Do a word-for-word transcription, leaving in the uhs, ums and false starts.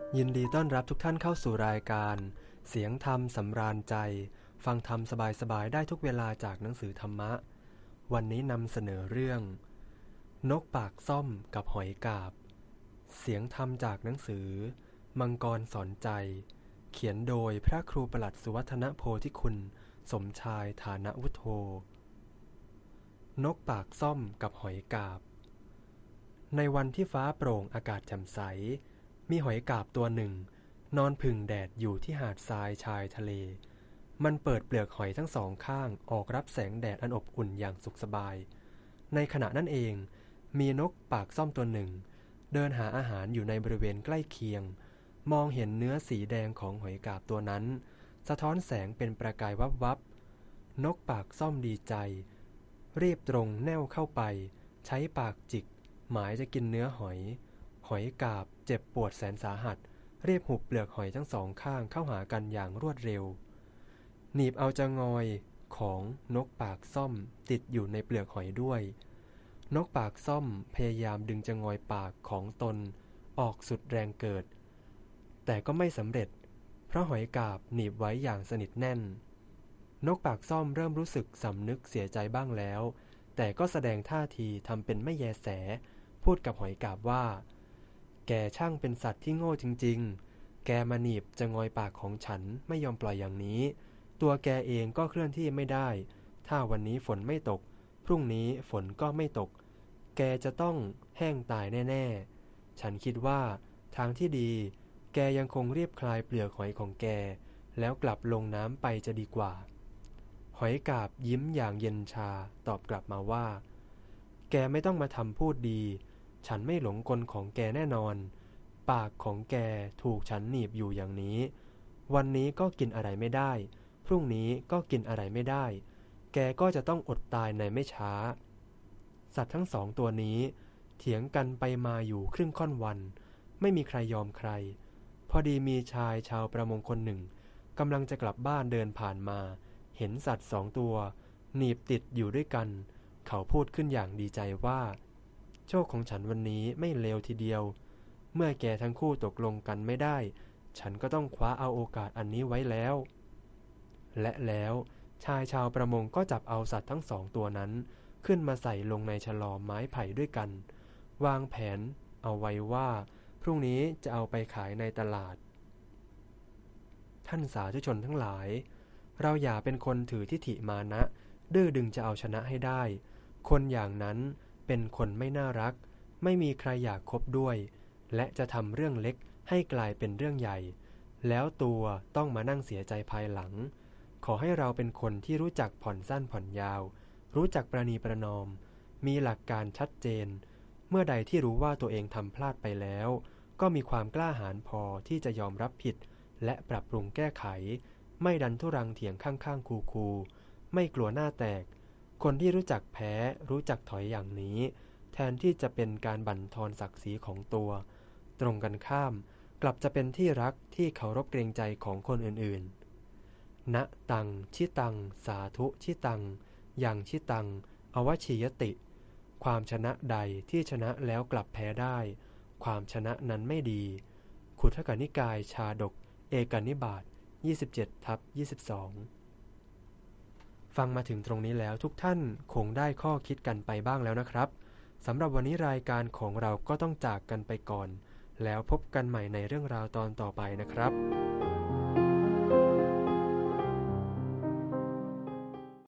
ยินดีต้อนรับทุกท่านเข้าสู่รายการเสียงธรรมสำราญใจฟังธรรมสบายๆได้ทุกเวลาจากหนังสือธรรมะวันนี้นำเสนอเรื่องนกปากซ่อมกับหอยกาบเสียงธรรมจากหนังสือมังกรสอนใจเขียนโดยพระครูประหลัดสุวัฒนโพธิคุณสมชายฐานะวุฒโธนกปากซ่อมกับหอยกาบในวันที่ฟ้าโปร่งอากาศแจ่มใสมีหอยกาบตัวหนึ่งนอนผึ่งแดดอยู่ที่หาดทรายชายทะเลมันเปิดเปลือกหอยทั้งสองข้างออกรับแสงแดดอันอบอุ่นอย่างสุขสบายในขณะนั้นเองมีนกปากซ่อมตัวหนึ่งเดินหาอาหารอยู่ในบริเวณใกล้เคียงมองเห็นเนื้อสีแดงของหอยกาบตัวนั้นสะท้อนแสงเป็นประกายวับวับนกปากซ่อมดีใจรีบตรงแนวเข้าไปใช้ปากจิกหมายจะกินเนื้อหอยหอยกาบเจ็บปวดแสนสาหัสรีบหุบเปลือกหอยทั้งสองข้างเข้าหากันอย่างรวดเร็วหนีบเอาจะงอยของนกปากซ่อมติดอยู่ในเปลือกหอยด้วยนกปากซ่อมพยายามดึงจะงอยปากของตนออกสุดแรงเกิดแต่ก็ไม่สำเร็จเพราะหอยกาบหนีบไว้อย่างสนิทแน่นนกปากซ่อมเริ่มรู้สึกสำนึกเสียใจบ้างแล้วแต่ก็แสดงท่าทีทำเป็นไม่แยแสพูดกับหอยกาบว่าแกช่างเป็นสัตว์ที่โง่จริงๆแกมาหนีบจะงอยปากของฉันไม่ยอมปล่อยอย่างนี้ตัวแกเองก็เคลื่อนที่ไม่ได้ถ้าวันนี้ฝนไม่ตกพรุ่งนี้ฝนก็ไม่ตกแกจะต้องแห้งตายแน่ๆฉันคิดว่าทางที่ดีแกยังคงรีบคลายเปลือกหอยของแกแล้วกลับลงน้ำไปจะดีกว่าหอยกาบยิ้มอย่างเย็นชาตอบกลับมาว่าแกไม่ต้องมาทำพูดดีฉันไม่หลงกลของแกแน่นอนปากของแกถูกฉันหนีบอยู่อย่างนี้วันนี้ก็กินอะไรไม่ได้พรุ่งนี้ก็กินอะไรไม่ได้แกก็จะต้องอดตายในไม่ช้าสัตว์ทั้งสองตัวนี้เถียงกันไปมาอยู่ครึ่งค่อนวันไม่มีใครยอมใครพอดีมีชายชาวประมงคนหนึ่งกำลังจะกลับบ้านเดินผ่านมาเห็นสัตว์สองตัวหนีบติดอยู่ด้วยกันเขาพูดขึ้นอย่างดีใจว่าโชคของฉันวันนี้ไม่เลวทีเดียวเมื่อแกทั้งคู่ตกลงกันไม่ได้ฉันก็ต้องคว้าเอาโอกาสอันนี้ไว้แล้วและแล้วชายชาวประมงก็จับเอาสัตว์ทั้งสองตัวนั้นขึ้นมาใส่ลงในฉลอมไม้ไผ่ด้วยกันวางแผนเอาไว้ว่าพรุ่งนี้จะเอาไปขายในตลาดท่านสาธุชนทั้งหลายเราอย่าเป็นคนถือทิฐิมานะดื้อดึงจะเอาชนะให้ได้คนอย่างนั้นเป็นคนไม่น่ารักไม่มีใครอยากคบด้วยและจะทำเรื่องเล็กให้กลายเป็นเรื่องใหญ่แล้วตัวต้องมานั่งเสียใจภายหลังขอให้เราเป็นคนที่รู้จักผ่อนสั้นผ่อนยาวรู้จักประนีประนอมมีหลักการชัดเจนเมื่อใดที่รู้ว่าตัวเองทำพลาดไปแล้วก็มีความกล้าหาญพอที่จะยอมรับผิดและปรับปรุงแก้ไขไม่ดันทุรังเถียงข้างๆคูๆไม่กลัวหน้าแตกคนที่รู้จักแพ้รู้จักถอยอย่างนี้แทนที่จะเป็นการบั่นทอนศักดิ์ศรีของตัวตรงกันข้ามกลับจะเป็นที่รักที่เคารพเกรงใจของคนอื่นๆณตังชิตังสาธุชิตังยังชิตังอวชียติความชนะใดที่ชนะแล้วกลับแพ้ได้ความชนะนั้นไม่ดีขุทกนิกายชาดกเอกนิบาต ยี่สิบเจ็ดทับยี่สิบสอง ฟังมาถึงตรงนี้แล้วทุกท่านคงได้ข้อคิดกันไปบ้างแล้วนะครับสำหรับวันนี้รายการของเราก็ต้องจากกันไปก่อนแล้วพบกันใหม่ในเรื่องราวตอนต่อไปนะครับ